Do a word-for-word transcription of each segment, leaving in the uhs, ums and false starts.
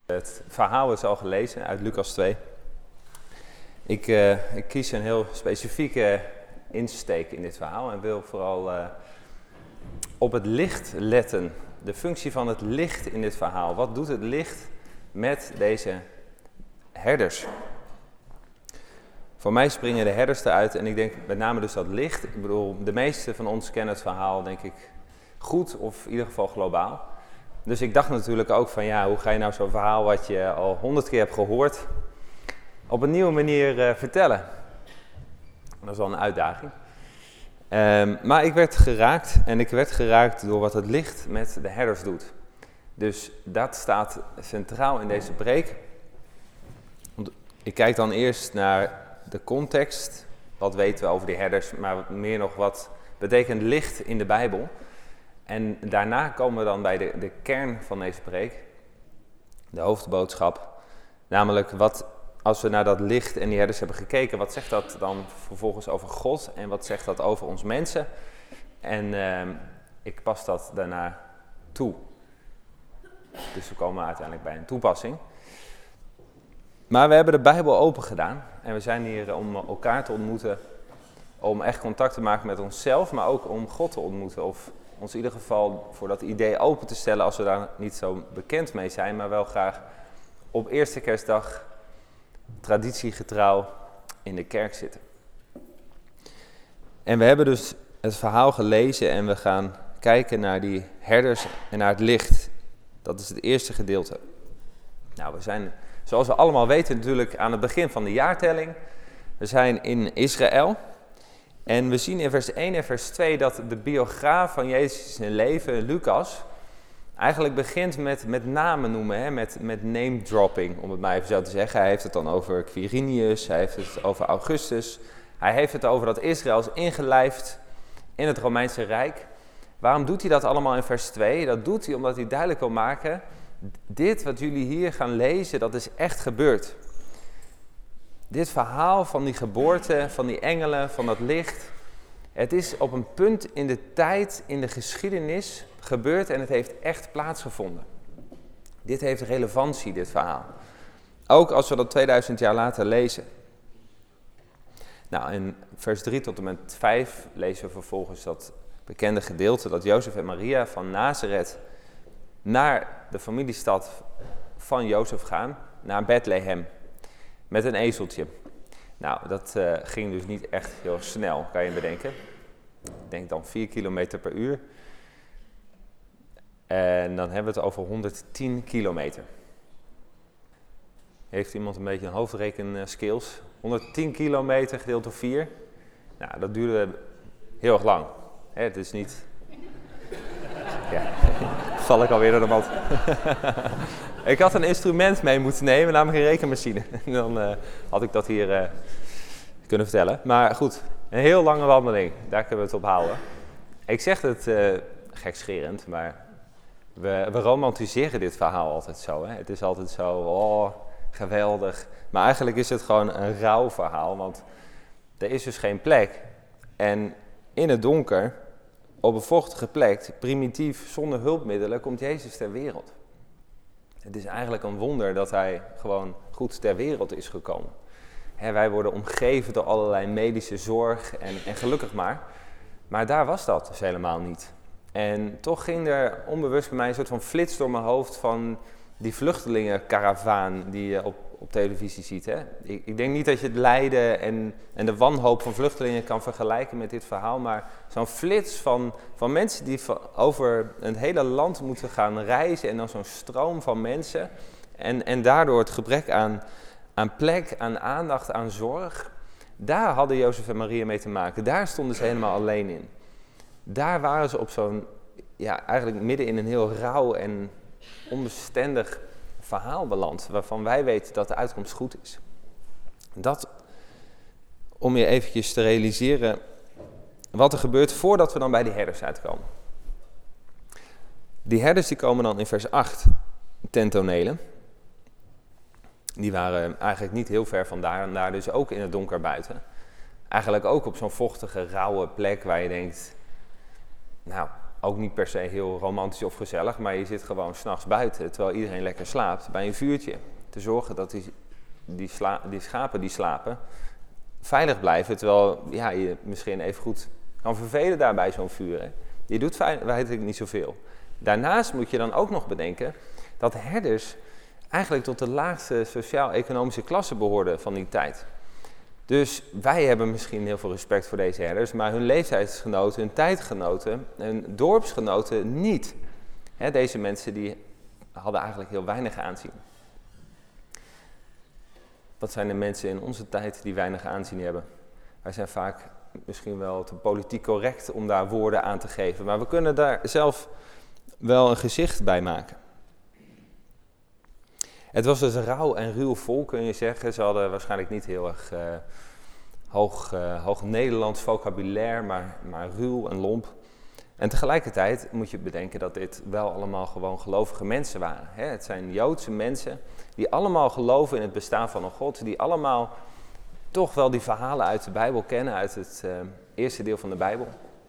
Het verhaal is al gelezen uit Lucas twee. Ik, uh, ik kies een heel specifieke insteek in dit verhaal en wil vooral uh, op het licht letten. De functie van het licht in dit verhaal. Wat doet het licht met deze herders? Voor mij springen de herders eruit en ik denk met name dus dat licht. Ik bedoel, de meesten van ons kennen het verhaal denk ik goed of in ieder geval globaal. Dus ik dacht natuurlijk ook van ja, hoe ga je nou zo'n verhaal wat je al honderd keer hebt gehoord op een nieuwe manier uh, vertellen? Dat is wel een uitdaging. Um, maar ik werd geraakt en ik werd geraakt door wat het licht met de herders doet. Dus dat staat centraal in deze preek. Ik kijk dan eerst naar de context. Wat weten we over die herders, maar meer nog wat betekent licht in de Bijbel. En daarna komen we dan bij de, de kern van deze preek, de hoofdboodschap. Namelijk, wat, als we naar dat licht en die herders hebben gekeken, wat zegt dat dan vervolgens over God en wat zegt dat over ons mensen? En uh, ik pas dat daarna toe. Dus we komen uiteindelijk bij een toepassing. Maar we hebben de Bijbel open gedaan en we zijn hier om elkaar te ontmoeten, om echt contact te maken met onszelf, maar ook om God te ontmoeten. Of ons in ieder geval voor dat idee open te stellen als we daar niet zo bekend mee zijn, maar wel graag op eerste kerstdag traditiegetrouw in de kerk zitten. En we hebben dus het verhaal gelezen en we gaan kijken naar die herders en naar het licht. Dat is het eerste gedeelte. Nou, we zijn, zoals we allemaal weten, natuurlijk aan het begin van de jaartelling. We zijn in Israël. En we zien in vers één en vers twee dat de biograaf van Jezus zijn leven, Lucas, eigenlijk begint met, met namen noemen, hè? Met, met name dropping, om het maar even zo te zeggen. Hij heeft het dan over Quirinius, hij heeft het over Augustus. Hij heeft het over dat Israël is ingelijfd in het Romeinse Rijk. Waarom doet hij dat allemaal in vers twee? Dat doet hij omdat hij duidelijk wil maken, dit wat jullie hier gaan lezen, dat is echt gebeurd. Dit verhaal van die geboorte, van die engelen, van dat licht. Het is op een punt in de tijd, in de geschiedenis gebeurd en het heeft echt plaatsgevonden. Dit heeft relevantie, dit verhaal. Ook als we dat tweeduizend jaar later lezen. Nou, in vers drie tot en met vijf lezen we vervolgens dat bekende gedeelte dat Jozef en Maria van Nazareth naar de familiestad van Jozef gaan, naar Bethlehem. Met een ezeltje. Nou, dat uh, ging dus niet echt heel snel, kan je bedenken. Ik denk dan vier kilometer per uur. En dan hebben we het over honderdtien kilometer. Heeft iemand een beetje een hoofdreken skills? honderdtien kilometer gedeeld door vier. Nou, dat duurde heel erg lang. Hè, het is niet... Ja, val ik alweer door de mand. Ik had een instrument mee moeten nemen, namelijk een rekenmachine. Dan uh, had ik dat hier uh, kunnen vertellen. Maar goed, een heel lange wandeling. Daar kunnen we het op houden. Ik zeg het uh, gekscherend, maar we, we romantiseren dit verhaal altijd zo. Hè? Het is altijd zo, oh, geweldig. Maar eigenlijk is het gewoon een rauw verhaal, want er is dus geen plek. En in het donker, op een vochtige plek, primitief, zonder hulpmiddelen, komt Jezus ter wereld. Het is eigenlijk een wonder dat hij gewoon goed ter wereld is gekomen. He, wij worden omgeven door allerlei medische zorg en, en gelukkig maar. Maar daar was dat dus helemaal niet. En toch ging er onbewust bij mij een soort van flits door mijn hoofd van die vluchtelingenkaravaan die je op, op televisie ziet. Hè? Ik, ik denk niet dat je het lijden en, en de wanhoop van vluchtelingen kan vergelijken met dit verhaal. Maar zo'n flits van, van mensen die van, over het hele land moeten gaan reizen. En dan zo'n stroom van mensen. En, en daardoor het gebrek aan, aan plek, aan aandacht, aan zorg. Daar hadden Jozef en Maria mee te maken. Daar stonden ze helemaal alleen in. Daar waren ze op zo'n, ja, eigenlijk midden in een heel rauw en onbestendig verhaal beland, waarvan wij weten dat de uitkomst goed is. Dat, om je eventjes te realiseren wat er gebeurt voordat we dan bij die herders uitkomen. Die herders die komen dan in vers acht ten tonele. Die waren eigenlijk niet heel ver vandaan en daar dus ook in het donker buiten. Eigenlijk ook op zo'n vochtige, rauwe plek waar je denkt, nou, ook niet per se heel romantisch of gezellig, maar je zit gewoon 's nachts buiten, terwijl iedereen lekker slaapt, bij een vuurtje. Te zorgen dat die, die, sla, die schapen die slapen veilig blijven, terwijl ja, je misschien even goed kan vervelen daar bij zo'n vuur. Hè. Je doet feitelijk niet zoveel. Daarnaast moet je dan ook nog bedenken dat herders eigenlijk tot de laagste sociaal-economische klasse behoorden van die tijd. Dus wij hebben misschien heel veel respect voor deze herders, maar hun leeftijdsgenoten, hun tijdgenoten, hun dorpsgenoten niet. Hè, deze mensen die hadden eigenlijk heel weinig aanzien. Wat zijn de mensen in onze tijd die weinig aanzien hebben? Wij zijn vaak misschien wel te politiek correct om daar woorden aan te geven, maar we kunnen daar zelf wel een gezicht bij maken. Het was dus een rauw en ruw volk, kun je zeggen. Ze hadden waarschijnlijk niet heel erg uh, hoog, uh, hoog Nederlands vocabulaire, maar, maar ruw en lomp. En tegelijkertijd moet je bedenken dat dit wel allemaal gewoon gelovige mensen waren. Hè? Het zijn Joodse mensen die allemaal geloven in het bestaan van een God, die allemaal toch wel die verhalen uit de Bijbel kennen, uit het uh, eerste deel van de Bijbel.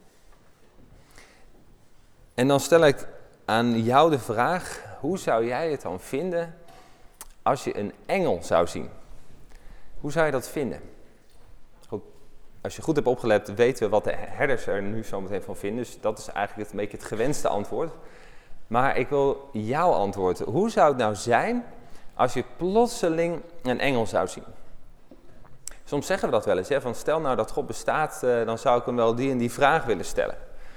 En dan stel ik aan jou de vraag, hoe zou jij het dan vinden als je een engel zou zien? Hoe zou je dat vinden? Goed, als je goed hebt opgelet, weten we wat de herders er nu zo meteen van vinden. Dus dat is eigenlijk het, een beetje het gewenste antwoord. Maar ik wil jouw antwoord. Hoe zou het nou zijn als je plotseling een engel zou zien? Soms zeggen we dat wel eens, hè, van stel nou dat God bestaat, uh, dan zou ik hem wel die en die vraag willen stellen.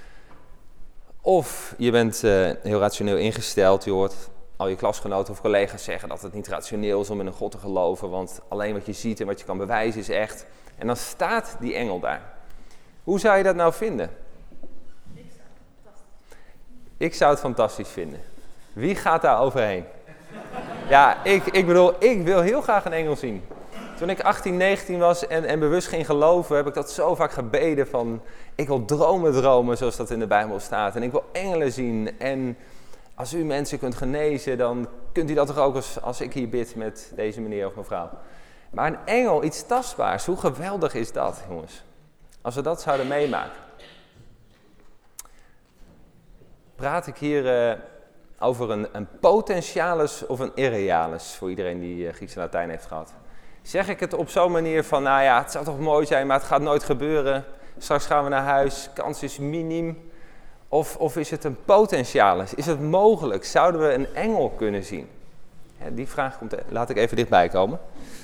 Of je bent uh, heel rationeel ingesteld, je hoort al je klasgenoten of collega's zeggen dat het niet rationeel is om in een God te geloven, want alleen wat je ziet en wat je kan bewijzen is echt. En dan staat die engel daar. Hoe zou je dat nou vinden? Ik zou het fantastisch. Ik zou het fantastisch vinden. Wie gaat daar overheen? Ja, ik, ik bedoel, ik wil heel graag een engel zien. Toen ik achttien, negentien was en, en bewust ging geloven, heb ik dat zo vaak gebeden van, ik wil dromen dromen zoals dat in de Bijbel staat. En ik wil engelen zien. En als u mensen kunt genezen, dan kunt u dat toch ook als, als ik hier bid met deze meneer of mevrouw. Maar een engel, iets tastbaars, hoe geweldig is dat, jongens? Als we dat zouden meemaken. Praat ik hier uh, over een, een potentialis of een irrealis, voor iedereen die uh, Grieks en Latijn heeft gehad. Zeg ik het op zo'n manier van, nou ja, het zou toch mooi zijn, maar het gaat nooit gebeuren. Straks gaan we naar huis, kans is miniem. Of, of is het een potentialis? Is het mogelijk? Zouden we een engel kunnen zien? Ja, die vraag komt, laat ik even dichtbij komen.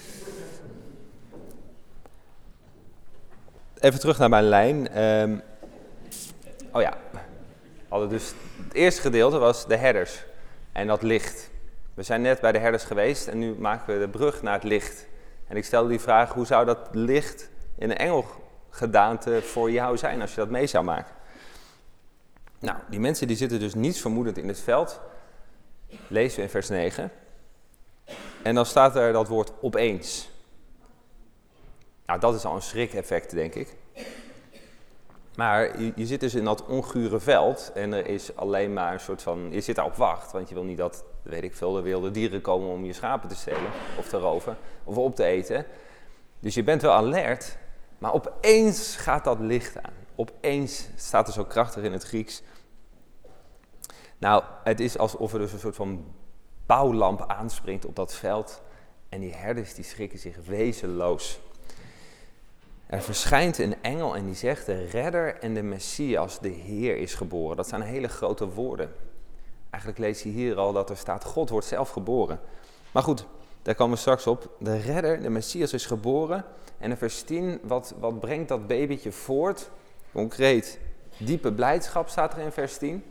Even terug naar mijn lijn. Um, oh ja, we hadden dus het eerste gedeelte was de herders en dat licht. We zijn net bij de herders geweest en nu maken we de brug naar het licht. En ik stelde die vraag, hoe zou dat licht in een engelgedaante voor jou zijn als je dat mee zou maken? Nou, die mensen die zitten dus niets vermoedend in het veld. Lezen we in vers negen. En dan staat er dat woord opeens. Nou, dat is al een schrik-effect, denk ik. Maar je, je zit dus in dat ongure veld en er is alleen maar een soort van, je zit daar op wacht, want je wil niet dat, weet ik veel, de wilde dieren komen om je schapen te stelen of te roven of op te eten. Dus je bent wel alert, maar opeens gaat dat licht aan. Opeens staat er zo krachtig in het Grieks. Nou, het is alsof er dus een soort van bouwlamp aanspringt op dat veld en die herders die schrikken zich wezenloos. Er verschijnt een engel en die zegt, de redder en de Messias, de Heer is geboren. Dat zijn hele grote woorden. Eigenlijk lees je hier al dat er staat, God wordt zelf geboren. Maar goed, daar komen we straks op. De redder, de Messias is geboren. En in vers tien, wat, wat brengt dat babytje voort? Concreet, diepe blijdschap staat er in vers tien.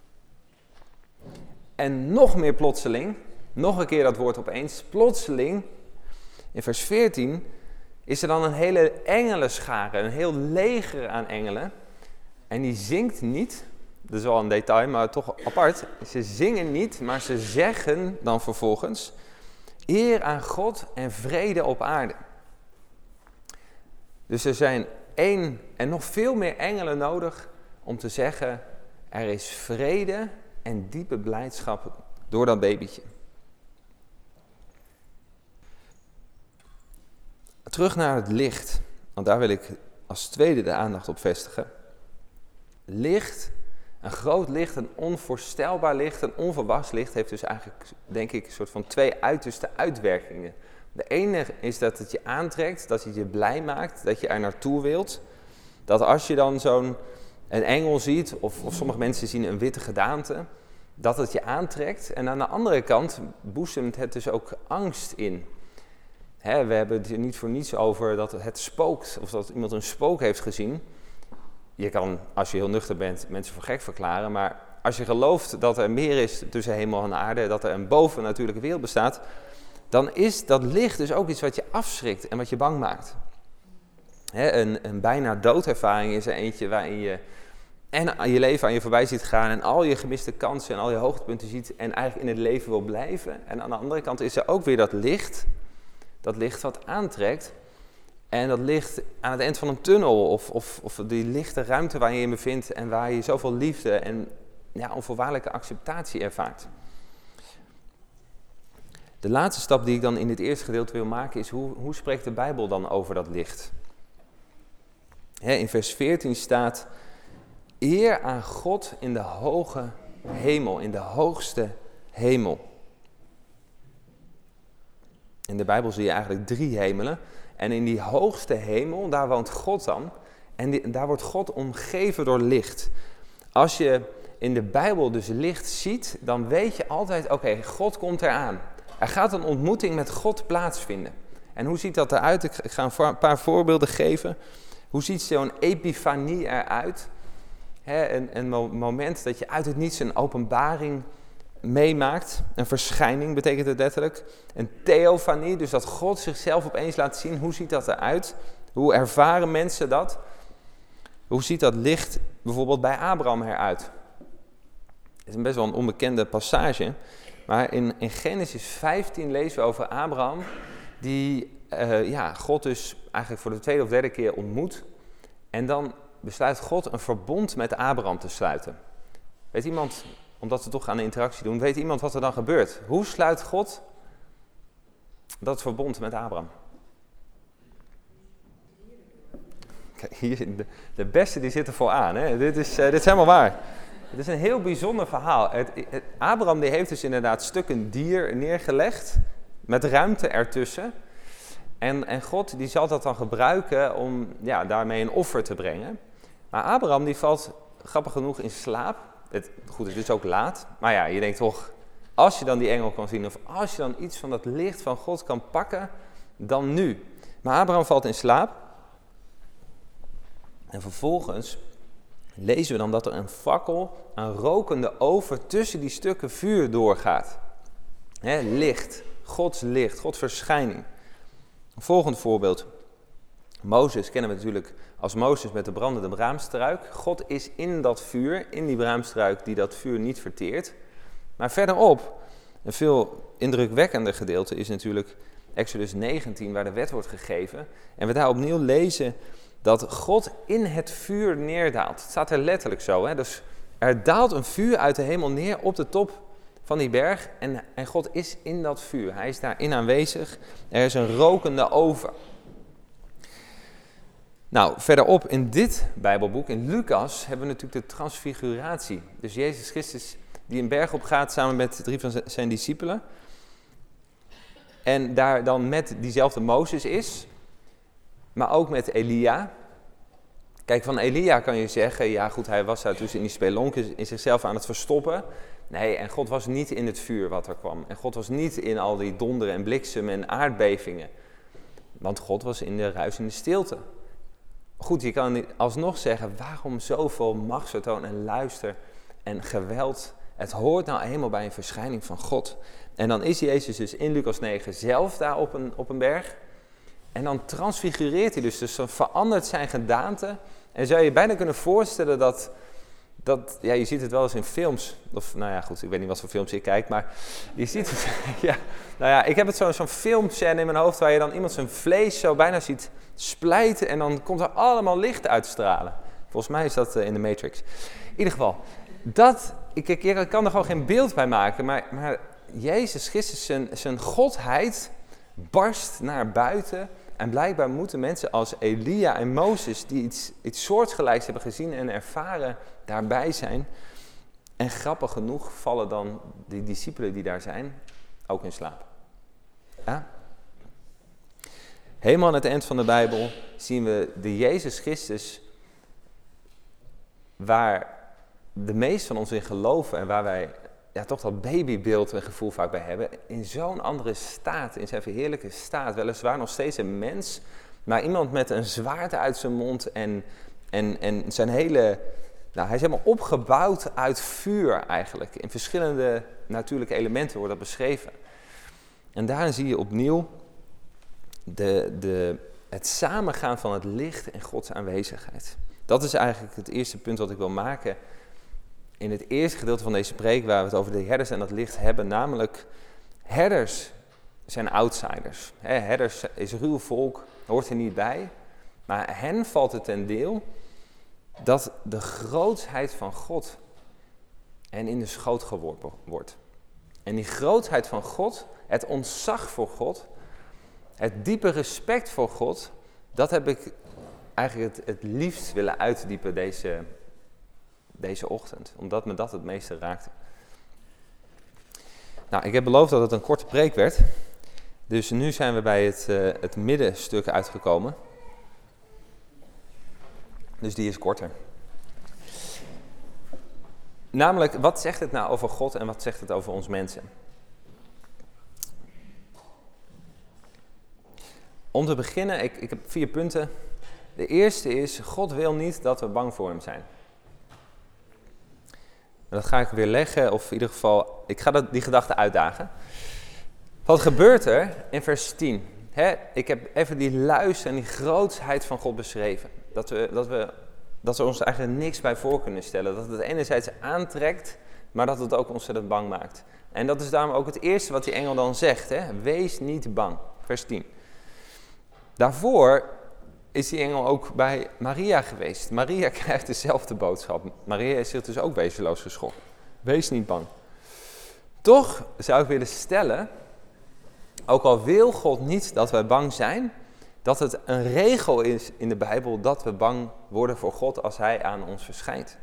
En nog meer plotseling, nog een keer dat woord opeens, plotseling, in vers veertien... is er dan een hele engelenschare, een heel leger aan engelen. En die zingt niet, dat is wel een detail, maar toch apart. Ze zingen niet, maar ze zeggen dan vervolgens, eer aan God en vrede op aarde. Dus er zijn één en nog veel meer engelen nodig om te zeggen, er is vrede en diepe blijdschap door dat babytje. Terug naar het licht, want daar wil ik als tweede de aandacht op vestigen. Licht, Een groot licht, een onvoorstelbaar licht, een onverwachts licht heeft dus eigenlijk, denk ik, een soort van twee uiterste uitwerkingen. De ene is dat het je aantrekt, dat het je blij maakt, dat je er naartoe wilt. Dat als je dan zo'n een engel ziet, of, of sommige mensen zien een witte gedaante, dat het je aantrekt. En aan de andere kant boezemt het dus ook angst in. Hè, we hebben het hier niet voor niets over dat het spookt, of dat iemand een spook heeft gezien. Je kan, als je heel nuchter bent, mensen voor gek verklaren, maar als je gelooft dat er meer is tussen hemel en aarde, dat er een bovennatuurlijke wereld bestaat, dan is dat licht dus ook iets wat je afschrikt en wat je bang maakt. Hè, een, een bijna doodervaring is er eentje waarin je en je leven aan je voorbij ziet gaan en al je gemiste kansen en al je hoogtepunten ziet en eigenlijk in het leven wil blijven. En aan de andere kant is er ook weer dat licht, dat licht wat aantrekt. En dat licht aan het eind van een tunnel of, of, of die lichte ruimte waar je je bevindt en waar je zoveel liefde en ja, onvoorwaardelijke acceptatie ervaart. De laatste stap die ik dan in dit eerste gedeelte wil maken is, hoe, hoe spreekt de Bijbel dan over dat licht? Hè, in vers veertien staat, eer aan God in de hoge hemel, in de hoogste hemel. In de Bijbel zie je eigenlijk drie hemelen. En in die hoogste hemel, daar woont God dan. En die, daar wordt God omgeven door licht. Als je in de Bijbel dus licht ziet, dan weet je altijd, oké, okay, God komt eraan. Er gaat een ontmoeting met God plaatsvinden. En hoe ziet dat eruit? Ik ga een paar voorbeelden geven. Hoe ziet zo'n epifanie eruit? He, een, een moment dat je uit het niets een openbaring meemaakt. Een verschijning betekent het letterlijk. Een theofanie, dus dat God zichzelf opeens laat zien. Hoe ziet dat eruit? Hoe ervaren mensen dat? Hoe ziet dat licht bijvoorbeeld bij Abraham eruit? Het is een best wel een onbekende passage. Maar in, in Genesis vijftien lezen we over Abraham. Die uh, ja, God dus eigenlijk voor de tweede of derde keer ontmoet. En dan besluit God een verbond met Abraham te sluiten. Weet iemand, omdat we toch aan de interactie doen, weet iemand wat er dan gebeurt? Hoe sluit God dat verbond met Abraham? Kijk, hier, de, de beste die zitten vooraan. Hè? Dit, is, uh, dit is helemaal waar. Het is een heel bijzonder verhaal. Het, het, Abraham die heeft dus inderdaad stukken dier neergelegd, met ruimte ertussen. En, en God die zal dat dan gebruiken om ja, daarmee een offer te brengen. Maar Abraham die valt grappig genoeg in slaap. Het, goed, het is ook laat. Maar ja, je denkt toch, als je dan die engel kan zien of als je dan iets van dat licht van God kan pakken, dan nu. Maar Abraham valt in slaap. En vervolgens lezen we dan dat er een fakkel, een rokende oven tussen die stukken vuur doorgaat. He, licht, Gods licht, Gods verschijning. Een volgend voorbeeld. Mozes kennen we natuurlijk als Mozes met de brandende braamstruik. God is in dat vuur, in die braamstruik die dat vuur niet verteert. Maar verderop, een veel indrukwekkender gedeelte is natuurlijk Exodus negentien, waar de wet wordt gegeven. En we daar opnieuw lezen dat God in het vuur neerdaalt. Het staat er letterlijk zo. Hè? Dus er daalt een vuur uit de hemel neer op de top van die berg. En, en God is in dat vuur. Hij is daarin aanwezig. Er is een rokende oven. Nou, verderop in dit Bijbelboek, in Lucas, hebben we natuurlijk de transfiguratie. Dus Jezus Christus die een berg op gaat samen met drie van zijn discipelen. En daar dan met diezelfde Mozes is. Maar ook met Elia. Kijk, van Elia kan je zeggen, ja goed, hij was daar tussen in die spelonken in zichzelf aan het verstoppen. Nee, en God was niet in het vuur wat er kwam. En God was niet in al die donder en bliksem en aardbevingen. Want God was in de ruisende stilte. Goed, je kan alsnog zeggen, waarom zoveel machtsvertoon en luister en geweld? Het hoort nou eenmaal bij een verschijning van God. En dan is Jezus dus in Lucas negen zelf daar op een, op een berg. En dan transfigureert hij dus, dus dan verandert zijn gedaante. En zou je je bijna kunnen voorstellen dat, dat, ja, je ziet het wel eens in films. Of, nou ja, goed, ik weet niet wat voor films je kijkt, maar je ziet het, ja. Nou ja, ik heb het zo, zo'n filmscène in mijn hoofd waar je dan iemand zijn vlees zo bijna ziet splijten en dan komt er allemaal licht uitstralen. Volgens mij is dat uh, in de Matrix. In ieder geval, dat, ik, ik, ik kan er gewoon geen beeld bij maken, maar, maar Jezus Christus, zijn, zijn godheid barst naar buiten. En blijkbaar moeten mensen als Elia en Mozes, die iets, iets soortgelijks hebben gezien en ervaren, daarbij zijn. En grappig genoeg vallen dan die discipelen die daar zijn ook in slaap. Ja? Helemaal aan het eind van de Bijbel zien we de Jezus Christus waar de meest van ons in geloven en waar wij ja, toch dat babybeeld en gevoel vaak bij hebben, in zo'n andere staat, in zijn verheerlijke staat, weliswaar nog steeds een mens, maar iemand met een zwaard uit zijn mond en, en, en zijn hele, nou hij is helemaal opgebouwd uit vuur eigenlijk. In verschillende natuurlijke elementen wordt dat beschreven. En daarin zie je opnieuw de, de, het samengaan van het licht en Gods aanwezigheid. Dat is eigenlijk het eerste punt wat ik wil maken in het eerste gedeelte van deze preek, waar we het over de herders en dat licht hebben, namelijk herders zijn outsiders. He, herders is ruw volk, hoort er niet bij, maar hen valt het ten deel dat de grootheid van God hen in de schoot geworpen wordt. En die grootheid van God, het ontzag voor God, het diepe respect voor God, dat heb ik eigenlijk het, het liefst willen uitdiepen deze, deze ochtend. Omdat me dat het meeste raakte. Nou, ik heb beloofd dat het een korte preek werd. Dus nu zijn we bij het, uh, het middenstuk uitgekomen. Dus die is korter. Namelijk, wat zegt het nou over God en wat zegt het over ons mensen? Om te beginnen, ik, ik heb vier punten. De eerste is, God wil niet dat we bang voor hem zijn. En dat ga ik weer leggen, of in ieder geval, ik ga dat, die gedachte uitdagen. Wat gebeurt er in vers tien? He, ik heb even die luister en die grootsheid van God beschreven. Dat we, dat, we, dat we ons eigenlijk niks bij voor kunnen stellen. Dat het enerzijds aantrekt, maar dat het ook ontzettend bang maakt. En dat is daarom ook het eerste wat die engel dan zegt. He? Wees niet bang, vers tien. Daarvoor is die engel ook bij Maria geweest. Maria krijgt dezelfde boodschap. Maria is zich dus ook wezenloos geschrokken. Wees niet bang. Toch zou ik willen stellen, ook al wil God niet dat wij bang zijn, dat het een regel is in de Bijbel dat we bang worden voor God als hij aan ons verschijnt.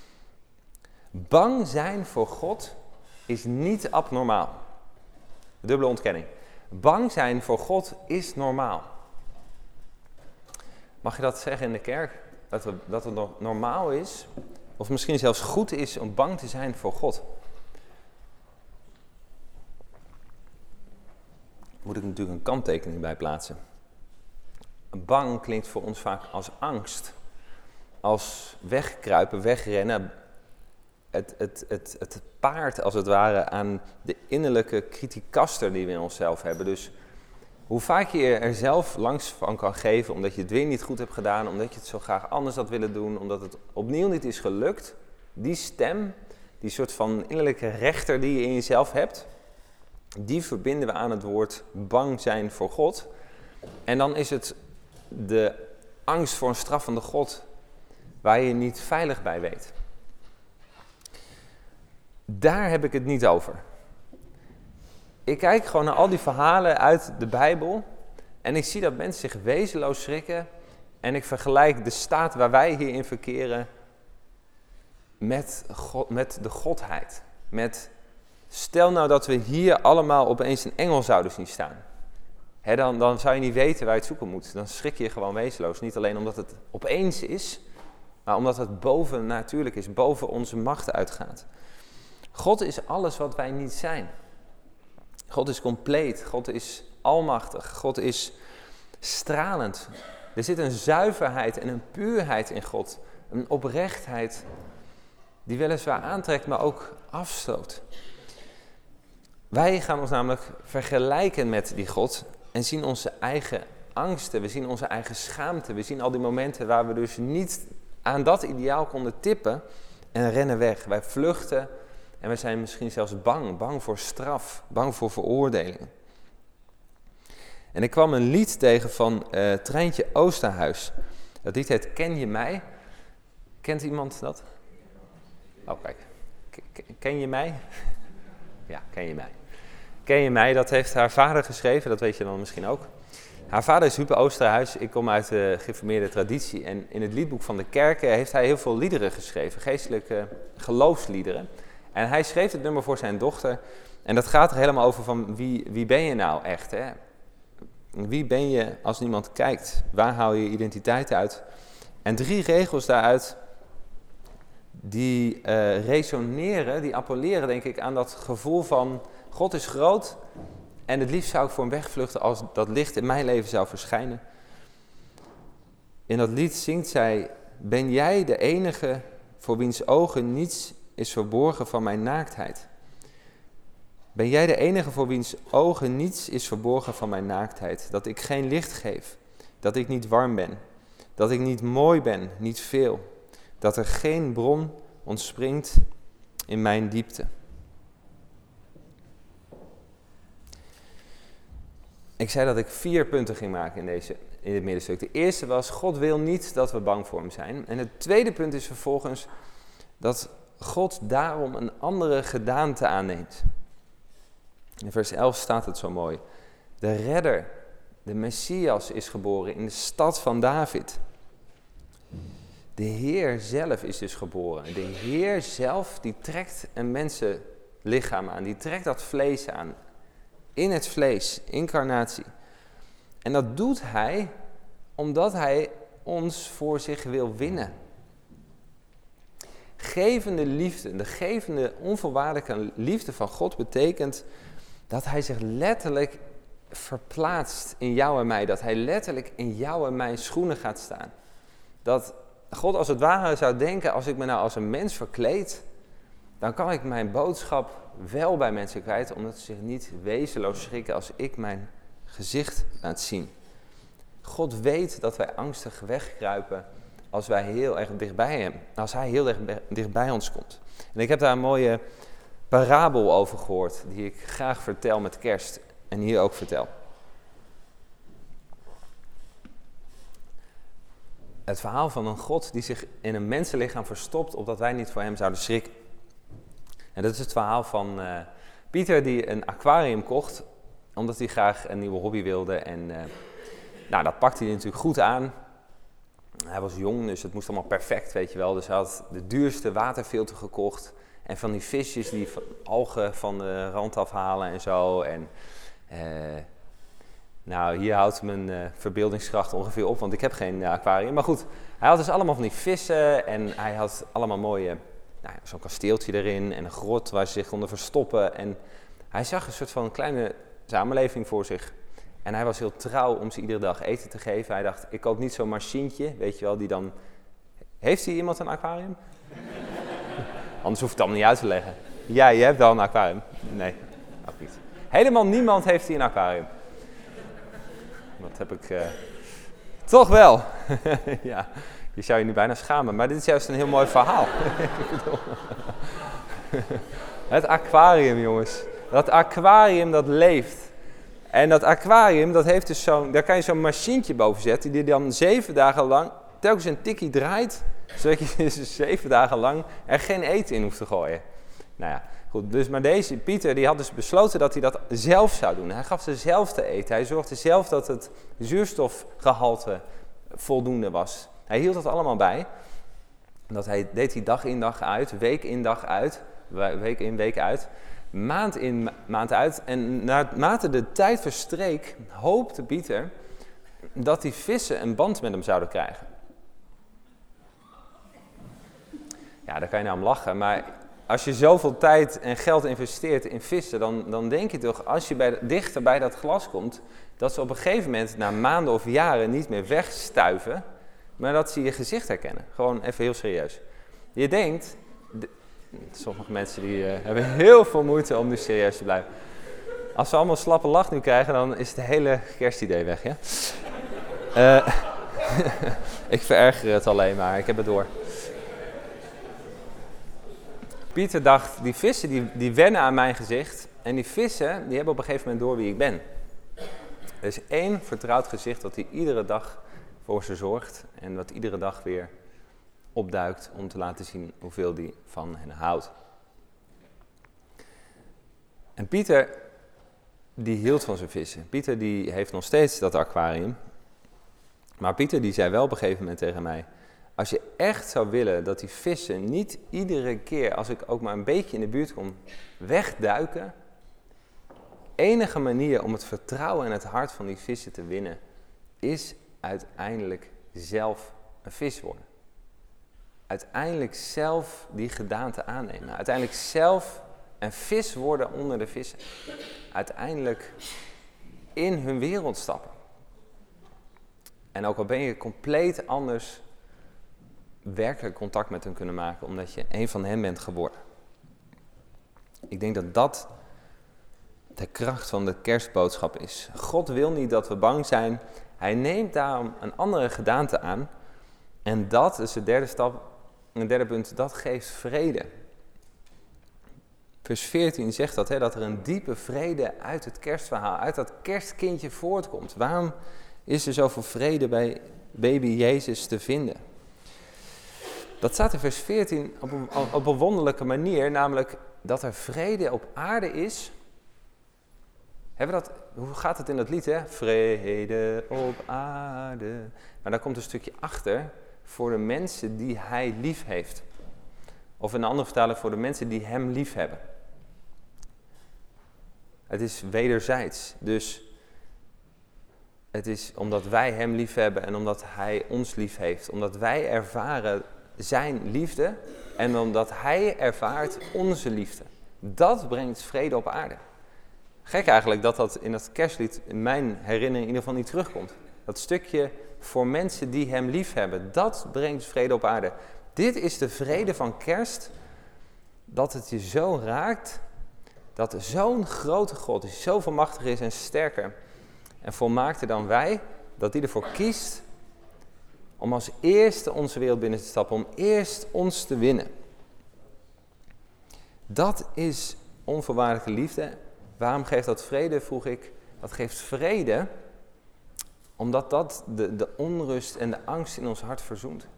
Bang zijn voor God is niet abnormaal. Dubbele ontkenning. Bang zijn voor God is normaal. Mag je dat zeggen in de kerk? Dat, we, dat het nog normaal is, of misschien zelfs goed is om bang te zijn voor God. Moet ik natuurlijk een kanttekening bij plaatsen. Bang klinkt voor ons vaak als angst. Als wegkruipen, wegrennen. Het, het, het, het paard als het ware aan de innerlijke kritiekaster die we in onszelf hebben. Dus hoe vaak je er zelf langs van kan geven, omdat je het weer niet goed hebt gedaan, omdat je het zo graag anders had willen doen, omdat het opnieuw niet is gelukt. Die stem, die soort van innerlijke rechter die je in jezelf hebt, die verbinden we aan het woord bang zijn voor God. En dan is het de angst voor een straffende God, waar je je niet veilig bij weet. Daar heb ik het niet over. Ik kijk gewoon naar al die verhalen uit de Bijbel en ik zie dat mensen zich wezenloos schrikken en ik vergelijk de staat waar wij hierin verkeren met, God, met de Godheid. Met, stel nou dat we hier allemaal opeens een engel zouden zien staan. He, dan, dan zou je niet weten waar je het zoeken moet. Dan schrik je gewoon wezenloos. Niet alleen omdat het opeens is, maar omdat het boven natuurlijk is, boven onze macht uitgaat. God is alles wat wij niet zijn. God is compleet, God is almachtig, God is stralend. Er zit een zuiverheid en een puurheid in God, een oprechtheid die weliswaar aantrekt, maar ook afstoot. Wij gaan ons namelijk vergelijken met die God en zien onze eigen angsten, we zien onze eigen schaamte, we zien al die momenten waar we dus niet aan dat ideaal konden tippen en rennen weg. Wij vluchten. En we zijn misschien zelfs bang, bang voor straf, bang voor veroordeling. En ik kwam een lied tegen van uh, Treintje Oosterhuis. Dat lied heet Ken je mij? Kent iemand dat? Oh, kijk. K- ken je mij? Ja, ken je mij. Ken je mij? Dat heeft haar vader geschreven, dat weet je dan misschien ook. Haar vader is Huub Oosterhuis. Ik kom uit de gereformeerde traditie. En in het liedboek van de kerken heeft hij heel veel liederen geschreven. Geestelijke geloofsliederen. En hij schreef het nummer voor zijn dochter. En dat gaat er helemaal over van wie, wie ben je nou echt, hè? Wie ben je als niemand kijkt? Waar haal je identiteit uit? En drie regels daaruit, die uh, resoneren, die appelleren denk ik aan dat gevoel van God is groot en het liefst zou ik voor hem wegvluchten als dat licht in mijn leven zou verschijnen. In dat lied zingt zij, ben jij de enige voor wiens ogen niets is verborgen van mijn naaktheid? Ben jij de enige voor wiens ogen niets is verborgen van mijn naaktheid? Dat ik geen licht geef, dat ik niet warm ben, dat ik niet mooi ben, niet veel. Dat er geen bron ontspringt in mijn diepte. Ik zei dat ik vier punten ging maken in, deze, in dit middenstuk. De eerste was, God wil niet dat we bang voor hem zijn. En het tweede punt is vervolgens dat God daarom een andere gedaante aanneemt. In vers elf staat het zo mooi. De redder, de Messias is geboren in de stad van David. De Heer zelf is dus geboren. De Heer zelf die trekt een mensenlichaam aan. Die trekt dat vlees aan. In het vlees, incarnatie. En dat doet hij omdat hij ons voor zich wil winnen. Gevende liefde, de gevende onvoorwaardelijke liefde van God betekent dat hij zich letterlijk verplaatst in jou en mij. Dat hij letterlijk in jou en mijn schoenen gaat staan. Dat God als het ware zou denken, als ik me nou als een mens verkleed, dan kan ik mijn boodschap wel bij mensen kwijt, omdat ze zich niet wezenloos schrikken als ik mijn gezicht laat zien. God weet dat wij angstig wegkruipen als wij heel erg dichtbij hem, als hij heel erg dichtbij ons komt. En ik heb daar een mooie parabel over gehoord, die ik graag vertel met kerst en hier ook vertel. Het verhaal van een God die zich in een mensenlichaam verstopt, opdat wij niet voor hem zouden schrikken. En dat is het verhaal van uh, Pieter die een aquarium kocht, omdat hij graag een nieuwe hobby wilde. En uh, nou, dat pakte hij natuurlijk goed aan. Hij was jong, dus het moest allemaal perfect, weet je wel. Dus hij had de duurste waterfilter gekocht. En van die visjes die van, algen van de rand afhalen en zo. En uh, nou, hier houdt mijn uh, verbeeldingskracht ongeveer op, want ik heb geen uh, aquarium. Maar goed, hij had dus allemaal van die vissen en hij had allemaal mooie, nou, zo'n kasteeltje erin en een grot waar ze zich konden verstoppen. En hij zag een soort van kleine samenleving voor zich. En hij was heel trouw om ze iedere dag eten te geven. Hij dacht, ik koop niet zo'n machientje, weet je wel, die dan... Heeft hier iemand een aquarium? Anders hoef ik het allemaal niet uit te leggen. Ja, je hebt wel een aquarium. Nee, ook niet. Helemaal niemand heeft hier een aquarium. Dat heb ik uh, toch wel. Ja, je zou je nu bijna schamen, maar dit is juist een heel mooi verhaal. Het aquarium, jongens. Dat aquarium dat leeft. En dat aquarium, dat heeft dus zo'n, daar kan je zo'n machientje boven zetten, die dan zeven dagen lang telkens een tikkie draait, zodat je dus zeven dagen lang er geen eten in hoeft te gooien. Nou ja, goed, dus maar deze Pieter, die had dus besloten dat hij dat zelf zou doen. Hij gaf ze zelf te eten. Hij zorgde zelf dat het zuurstofgehalte voldoende was. Hij hield dat allemaal bij. Dat hij deed hij dag in dag uit, week in dag uit, week in week uit. Maand in, maand uit. En naarmate de tijd verstreek, hoopte Pieter dat die vissen een band met hem zouden krijgen. Ja, daar kan je nou om lachen. Maar als je zoveel tijd en geld investeert in vissen, dan, dan denk je toch, als je bij, dichter bij dat glas komt, dat ze op een gegeven moment, na maanden of jaren, niet meer wegstuiven, maar dat ze je gezicht herkennen. Gewoon even heel serieus. Je denkt... De, Sommige mensen die, uh, hebben heel veel moeite om nu serieus te blijven. Als ze allemaal slappe lach nu krijgen, dan is het hele kerstidee weg, ja? Uh, ik vererger het alleen maar, ik heb het door. Pieter dacht, die vissen die, die wennen aan mijn gezicht. En die vissen, die hebben op een gegeven moment door wie ik ben. Er is één vertrouwd gezicht dat hij iedere dag voor ze zorgt. En wat iedere dag weer opduikt om te laten zien hoeveel die van hen houdt. En Pieter, die hield van zijn vissen. Pieter die heeft nog steeds dat aquarium. Maar Pieter die zei wel op een gegeven moment tegen mij, als je echt zou willen dat die vissen niet iedere keer, als ik ook maar een beetje in de buurt kom, wegduiken. Enige manier om het vertrouwen en het hart van die vissen te winnen, is uiteindelijk zelf een vis worden. Uiteindelijk zelf die gedaante aannemen. Uiteindelijk zelf een vis worden onder de vissen. Uiteindelijk in hun wereld stappen. En ook al ben je compleet anders, werkelijk contact met hen kunnen maken, omdat je een van hen bent geworden. Ik denk dat dat de kracht van de kerstboodschap is. God wil niet dat we bang zijn. Hij neemt daarom een andere gedaante aan. En dat is de derde stap, een derde punt, dat geeft vrede. Vers veertien zegt dat, hè, dat er een diepe vrede uit het kerstverhaal, uit dat kerstkindje voortkomt. Waarom is er zoveel vrede bij baby Jezus te vinden? Dat staat in vers veertien op een, op een wonderlijke manier, namelijk dat er vrede op aarde is. Hebben we dat, hoe gaat het in dat lied, hè? Vrede op aarde. Maar daar komt een stukje achter voor de mensen die hij lief heeft. Of in een andere vertaling voor de mensen die hem lief hebben. Het is wederzijds. Dus het is omdat wij hem lief hebben en omdat hij ons lief heeft. Omdat wij ervaren zijn liefde en omdat hij ervaart onze liefde. Dat brengt vrede op aarde. Gek eigenlijk dat dat in dat kerstlied in mijn herinnering in ieder geval niet terugkomt. Dat stukje voor mensen die hem lief hebben, dat brengt vrede op aarde. Dit is de vrede van kerst, dat het je zo raakt, dat zo'n grote God, die zoveel machtiger is en sterker en volmaakter dan wij, dat die ervoor kiest om als eerste onze wereld binnen te stappen, om eerst ons te winnen. Dat is onvoorwaardelijke liefde. Waarom geeft dat vrede, vroeg ik. Dat geeft vrede omdat dat de, de onrust en de angst in ons hart verzoent.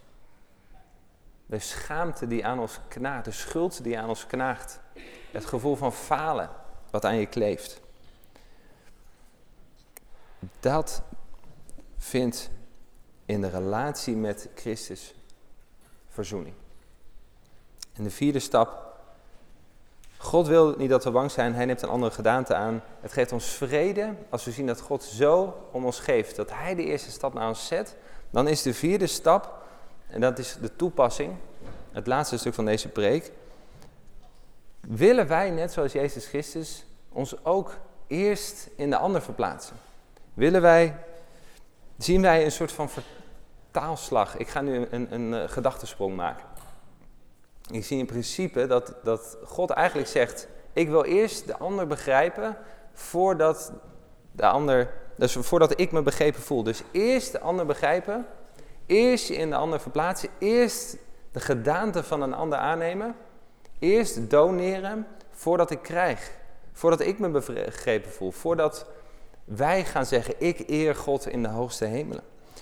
De schaamte die aan ons knaagt, de schuld die aan ons knaagt. Het gevoel van falen wat aan je kleeft. Dat vindt in de relatie met Christus verzoening. En de vierde stap. God wil niet dat we bang zijn, hij neemt een andere gedaante aan. Het geeft ons vrede als we zien dat God zo om ons geeft. Dat hij de eerste stap naar ons zet. Dan is de vierde stap, en dat is de toepassing, het laatste stuk van deze preek. Willen wij, net zoals Jezus Christus, ons ook eerst in de ander verplaatsen? Willen wij, zien wij een soort van vertaalslag? Ik ga nu een, een, een gedachtesprong maken. Ik zie in principe dat, dat God eigenlijk zegt, ik wil eerst de ander begrijpen voordat, de ander, dus voordat ik me begrepen voel. Dus eerst de ander begrijpen, eerst je in de ander verplaatsen, eerst de gedaante van een ander aannemen, eerst doneren voordat ik krijg, voordat ik me begrepen voel, voordat wij gaan zeggen, ik eer God in de hoogste hemelen.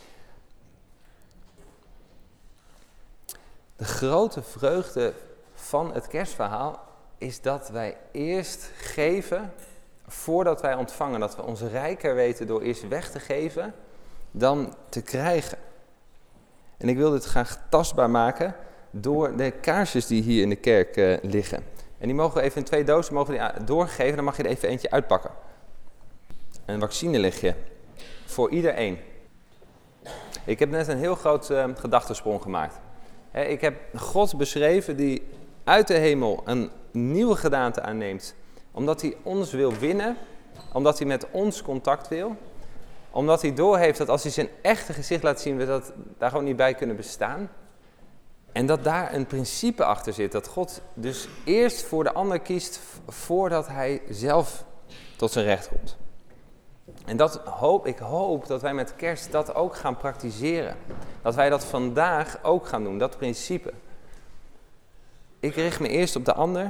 De grote vreugde van het kerstverhaal is dat wij eerst geven voordat wij ontvangen. Dat we ons rijker weten door eerst weg te geven dan te krijgen. En ik wil dit graag tastbaar maken door de kaarsjes die hier in de kerk uh, liggen. En die mogen we even in twee dozen mogen we die doorgeven. Dan mag je er even eentje uitpakken. Een vaccinelichtje voor iedereen. Ik heb net een heel groot uh, gedachtesprong gemaakt. Ik heb God beschreven die uit de hemel een nieuwe gedaante aanneemt. Omdat hij ons wil winnen. Omdat hij met ons contact wil. Omdat hij doorheeft dat als hij zijn echte gezicht laat zien, we dat daar gewoon niet bij kunnen bestaan. En dat daar een principe achter zit. Dat God dus eerst voor de ander kiest voordat hij zelf tot zijn recht komt. En dat hoop, ik hoop dat wij met kerst dat ook gaan praktiseren. Dat wij dat vandaag ook gaan doen, dat principe. Ik richt me eerst op de ander.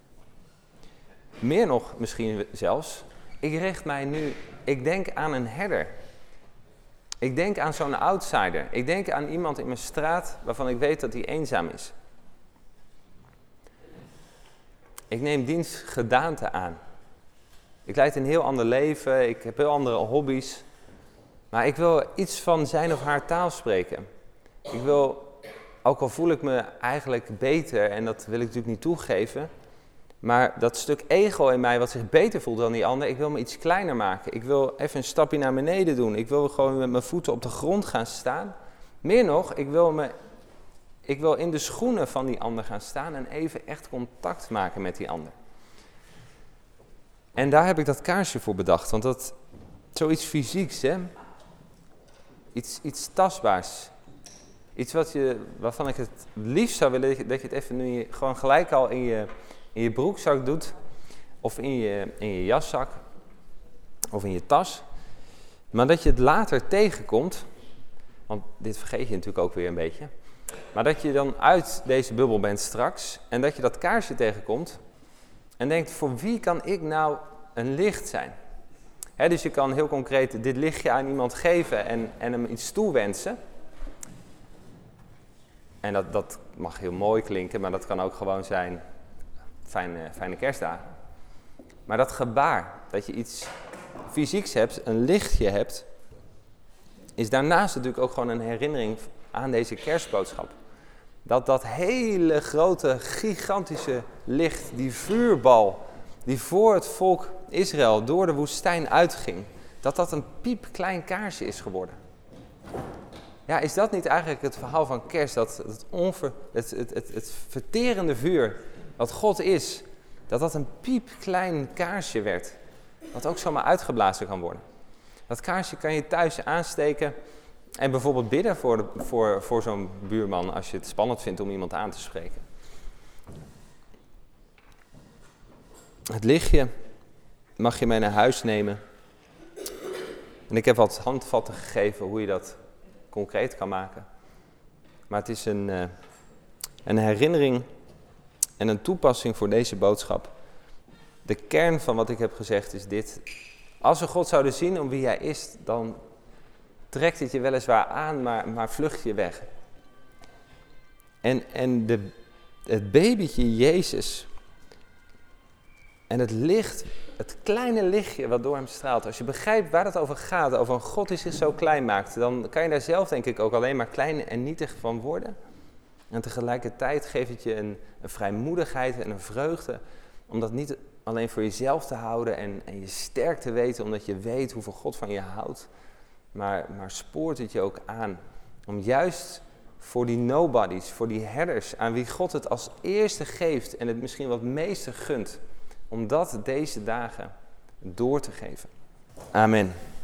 Meer nog misschien zelfs. Ik richt mij nu, ik denk aan een herder. Ik denk aan zo'n outsider. Ik denk aan iemand in mijn straat waarvan ik weet dat hij eenzaam is. Ik neem diens gedaante aan. Ik leid een heel ander leven, ik heb heel andere hobby's. Maar ik wil iets van zijn of haar taal spreken. Ik wil, ook al voel ik me eigenlijk beter, en dat wil ik natuurlijk niet toegeven, maar dat stuk ego in mij wat zich beter voelt dan die ander, ik wil me iets kleiner maken. Ik wil even een stapje naar beneden doen. Ik wil gewoon met mijn voeten op de grond gaan staan. Meer nog, ik wil, me, ik wil in de schoenen van die ander gaan staan en even echt contact maken met die ander. En daar heb ik dat kaarsje voor bedacht, want dat zoiets fysieks, hè? Iets, iets tastbaars. Iets wat je, waarvan ik het liefst zou willen dat je het even nu gewoon gelijk al in je, in je broekzak doet. Of in je, in je jaszak. Of in je tas. Maar dat je het later tegenkomt. Want dit vergeet je natuurlijk ook weer een beetje. Maar dat je dan uit deze bubbel bent straks. En dat je dat kaarsje tegenkomt. En denkt, voor wie kan ik nou een licht zijn? He, dus je kan heel concreet dit lichtje aan iemand geven en, en hem iets toewensen. En dat, dat mag heel mooi klinken, maar dat kan ook gewoon zijn fijne, fijne kerstdagen. Maar dat gebaar, dat je iets fysieks hebt, een lichtje hebt, is daarnaast natuurlijk ook gewoon een herinnering aan deze kerstboodschap. Dat dat hele grote, gigantische licht, die vuurbal, die voor het volk Israël door de woestijn uitging, dat dat een piepklein kaarsje is geworden. Ja, is dat niet eigenlijk het verhaal van kerst, dat het, onver, het, het, het, het verterende vuur, wat God is, dat dat een piepklein kaarsje werd, wat ook zomaar uitgeblazen kan worden. Dat kaarsje kan je thuis aansteken en bijvoorbeeld bidden voor, de, voor, voor zo'n buurman als je het spannend vindt om iemand aan te spreken. Het lichtje mag je mee naar huis nemen. En ik heb wat handvatten gegeven hoe je dat concreet kan maken. Maar het is een, uh, een herinnering en een toepassing voor deze boodschap. De kern van wat ik heb gezegd is dit. Als we God zouden zien om wie hij is, dan trekt het je weliswaar aan, maar, maar vlucht je weg. En, en de, het babytje Jezus en het licht, het kleine lichtje wat door hem straalt. Als je begrijpt waar het over gaat, over een God die zich zo klein maakt, dan kan je daar zelf denk ik ook alleen maar klein en nietig van worden. En tegelijkertijd geeft het je een, een vrijmoedigheid en een vreugde om dat niet alleen voor jezelf te houden en, en je sterk te weten omdat je weet hoeveel God van je houdt. Maar, maar spoort het je ook aan om juist voor die nobodies, voor die herders aan wie God het als eerste geeft en het misschien wat meeste gunt, om dat deze dagen door te geven. Amen.